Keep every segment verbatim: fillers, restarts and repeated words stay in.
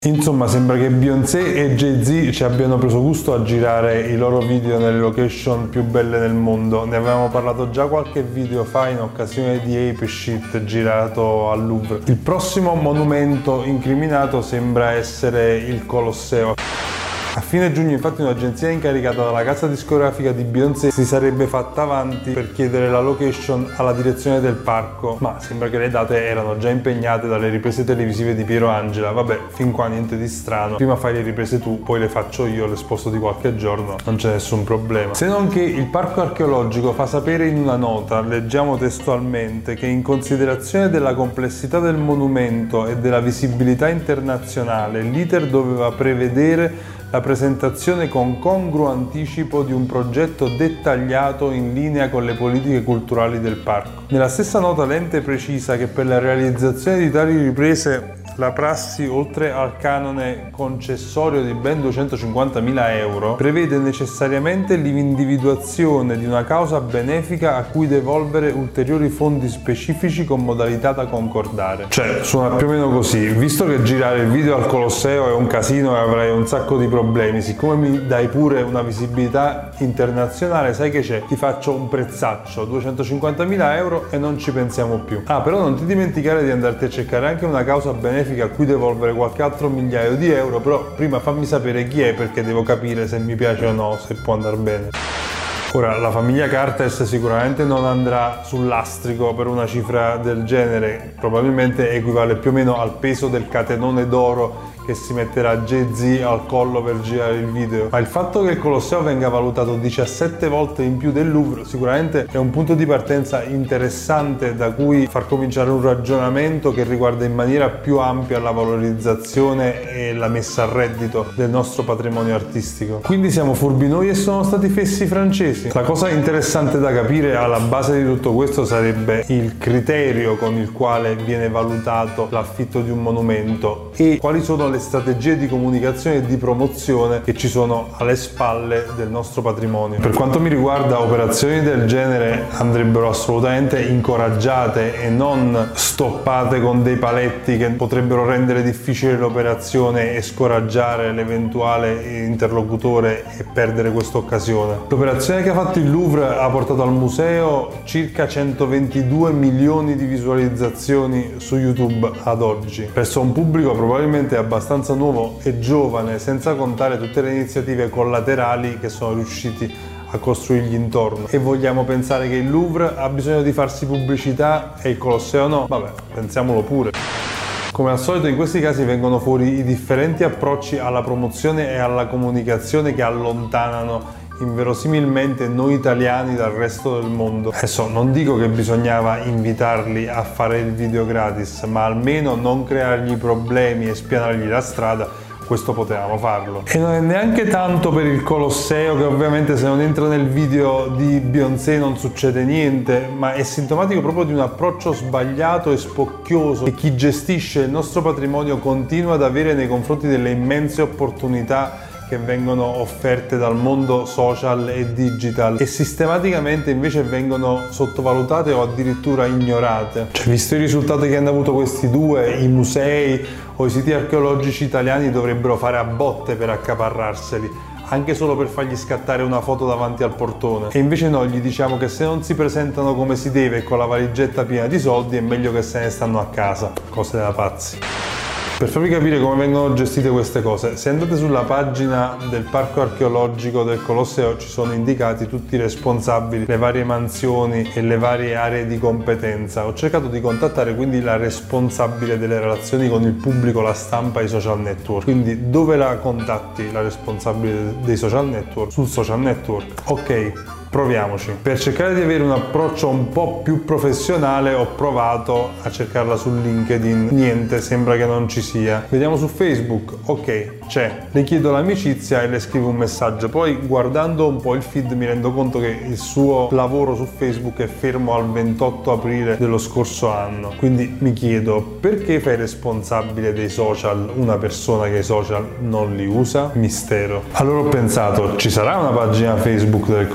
Insomma, sembra che Beyoncé e Jay-Z ci abbiano preso gusto a girare i loro video nelle location più belle del mondo. Ne avevamo parlato già qualche video fa in occasione di Ape Shit girato al Louvre. Il prossimo monumento incriminato sembra essere il Colosseo. A fine giugno infatti un'agenzia incaricata dalla casa discografica di Beyoncé si sarebbe fatta avanti per chiedere la location alla direzione del parco, ma sembra che le date erano già impegnate dalle riprese televisive di Piero Angela. Vabbè, fin qua niente di strano, prima fai le riprese tu, poi le faccio io, le sposto di qualche giorno, non c'è nessun problema. Se non che il parco archeologico fa sapere in una nota, leggiamo testualmente, che in considerazione della complessità del monumento e della visibilità internazionale, l'iter doveva prevedere la presentazione con congruo anticipo di un progetto dettagliato in linea con le politiche culturali del parco. Nella stessa nota l'ente precisa che per la realizzazione di tali riprese la prassi, oltre al canone concessorio di ben duecentocinquantamila euro, prevede necessariamente l'individuazione di una causa benefica a cui devolvere ulteriori fondi specifici con modalità da concordare. Cioè, suona più o meno così: visto che girare il video al Colosseo è un casino e avrai un sacco di problemi, siccome mi dai pure una visibilità internazionale, sai che c'è? Ti faccio un prezzaccio, duecentocinquantamila euro e non ci pensiamo più. Ah, però non ti dimenticare di andarti a cercare anche una causa benefica a cui devolvere qualche altro migliaio di euro, però prima fammi sapere chi è, perché devo capire se mi piace o no, se può andare bene. Ora, la famiglia Cartes sicuramente non andrà sul lastrico per una cifra del genere, probabilmente equivale più o meno al peso del catenone d'oro che si metterà Jay-Z al collo per girare il video, ma il fatto che il Colosseo venga valutato diciassette volte in più del Louvre sicuramente è un punto di partenza interessante da cui far cominciare un ragionamento che riguarda in maniera più ampia la valorizzazione e la messa a reddito del nostro patrimonio artistico. Quindi siamo furbi noi e sono stati fessi i francesi? La cosa interessante da capire alla base di tutto questo sarebbe il criterio con il quale viene valutato l'affitto di un monumento e quali sono le strategie di comunicazione e di promozione che ci sono alle spalle del nostro patrimonio. Per quanto mi riguarda, operazioni del genere andrebbero assolutamente incoraggiate e non stoppate con dei paletti che potrebbero rendere difficile l'operazione e scoraggiare l'eventuale interlocutore e perdere questa occasione. L'operazione che ha fatto il Louvre ha portato al museo circa centoventidue milioni di visualizzazioni su YouTube ad oggi, presso un pubblico probabilmente abbastanza abbastanza nuovo e giovane, senza contare tutte le iniziative collaterali che sono riusciti a costruirgli intorno. E vogliamo pensare che il Louvre ha bisogno di farsi pubblicità e il Colosseo no? Vabbè, pensiamolo pure. Come al solito in questi casi vengono fuori i differenti approcci alla promozione e alla comunicazione che allontanano inverosimilmente noi italiani dal resto del mondo. Adesso non dico che bisognava invitarli a fare il video gratis, ma almeno non creargli problemi e spianargli la strada, questo potevamo farlo. E non è neanche tanto per il Colosseo, che ovviamente se non entra nel video di Beyoncé non succede niente, ma è sintomatico proprio di un approccio sbagliato e spocchioso che chi gestisce il nostro patrimonio continua ad avere nei confronti delle immense opportunità che vengono offerte dal mondo social e digital e sistematicamente invece vengono sottovalutate o addirittura ignorate. Cioè, visto i risultati che hanno avuto questi due, i musei o i siti archeologici italiani dovrebbero fare a botte per accaparrarseli, anche solo per fargli scattare una foto davanti al portone. E invece noi gli diciamo che se non si presentano come si deve e con la valigetta piena di soldi è meglio che se ne stanno a casa. Cose da pazzi. Per farvi capire come vengono gestite queste cose, se andate sulla pagina del parco archeologico del Colosseo ci sono indicati tutti i responsabili, le varie mansioni e le varie aree di competenza. Ho cercato di contattare quindi la responsabile delle relazioni con il pubblico, la stampa e i social network. Quindi dove la contatti la responsabile dei social network? Sul social network. Ok. Proviamoci. Per cercare di avere un approccio un po' più professionale ho provato a cercarla su LinkedIn, niente, sembra che non ci sia. Vediamo su Facebook, ok, c'è. Le chiedo l'amicizia e le scrivo un messaggio, poi guardando un po' il feed mi rendo conto che il suo lavoro su Facebook è fermo al ventotto aprile dello scorso anno. Quindi mi chiedo, perché fai responsabile dei social una persona che i social non li usa? Mistero. Allora ho pensato, ci sarà una pagina Facebook del Colosseo?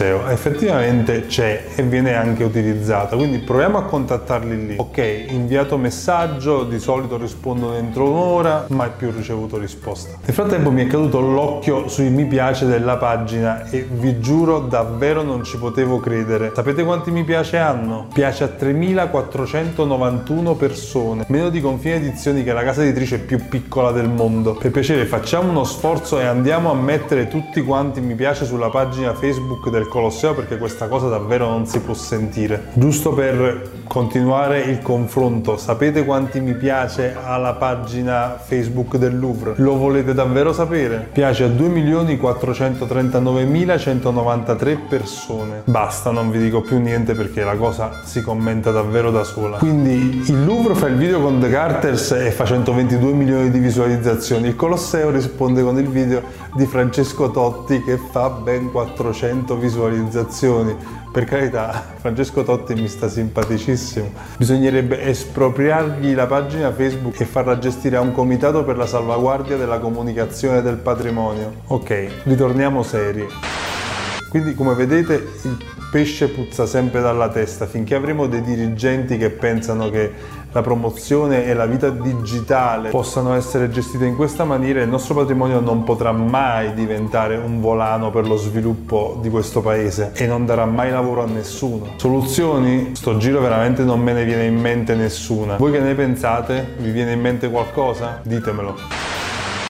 Colosseo. Effettivamente c'è e viene anche utilizzata, quindi proviamo a contattarli lì. Ok, inviato messaggio, di solito rispondono entro un'ora, mai più ricevuto risposta. Nel frattempo mi è caduto l'occhio sui mi piace della pagina e vi giuro davvero non ci potevo credere. Sapete quanti mi piace hanno? Piace a tremilaquattrocentonovantuno persone, meno di Confine Edizioni, che è la casa editrice più piccola del mondo. Per piacere facciamo uno sforzo e andiamo a mettere tutti quanti mi piace sulla pagina Facebook del Colosseo, perché questa cosa davvero non si può sentire. Giusto per continuare il confronto, sapete quanti mi piace ha la pagina Facebook del Louvre? Lo volete davvero sapere? Piace a due milioni quattrocentotrentannovemilacentonovantatré persone. Basta, non vi dico più niente perché la cosa si commenta davvero da sola. Quindi il Louvre fa il video con The Carters e fa centoventidue milioni di visualizzazioni, il Colosseo risponde con il video di Francesco Totti che fa ben quattrocento visualizzazioni. Per carità, Francesco Totti mi sta simpaticissimo. Bisognerebbe espropriargli la pagina Facebook e farla gestire a un comitato per la salvaguardia della comunicazione e del patrimonio. Ok, ritorniamo seri. Quindi, come vedete, il pesce puzza sempre dalla testa. Finché avremo dei dirigenti che pensano che la promozione e la vita digitale possano essere gestite in questa maniera, il nostro patrimonio non potrà mai diventare un volano per lo sviluppo di questo paese e non darà mai lavoro a nessuno. Soluzioni? Sto giro veramente non me ne viene in mente nessuna. Voi che ne pensate? Vi viene in mente qualcosa? Ditemelo.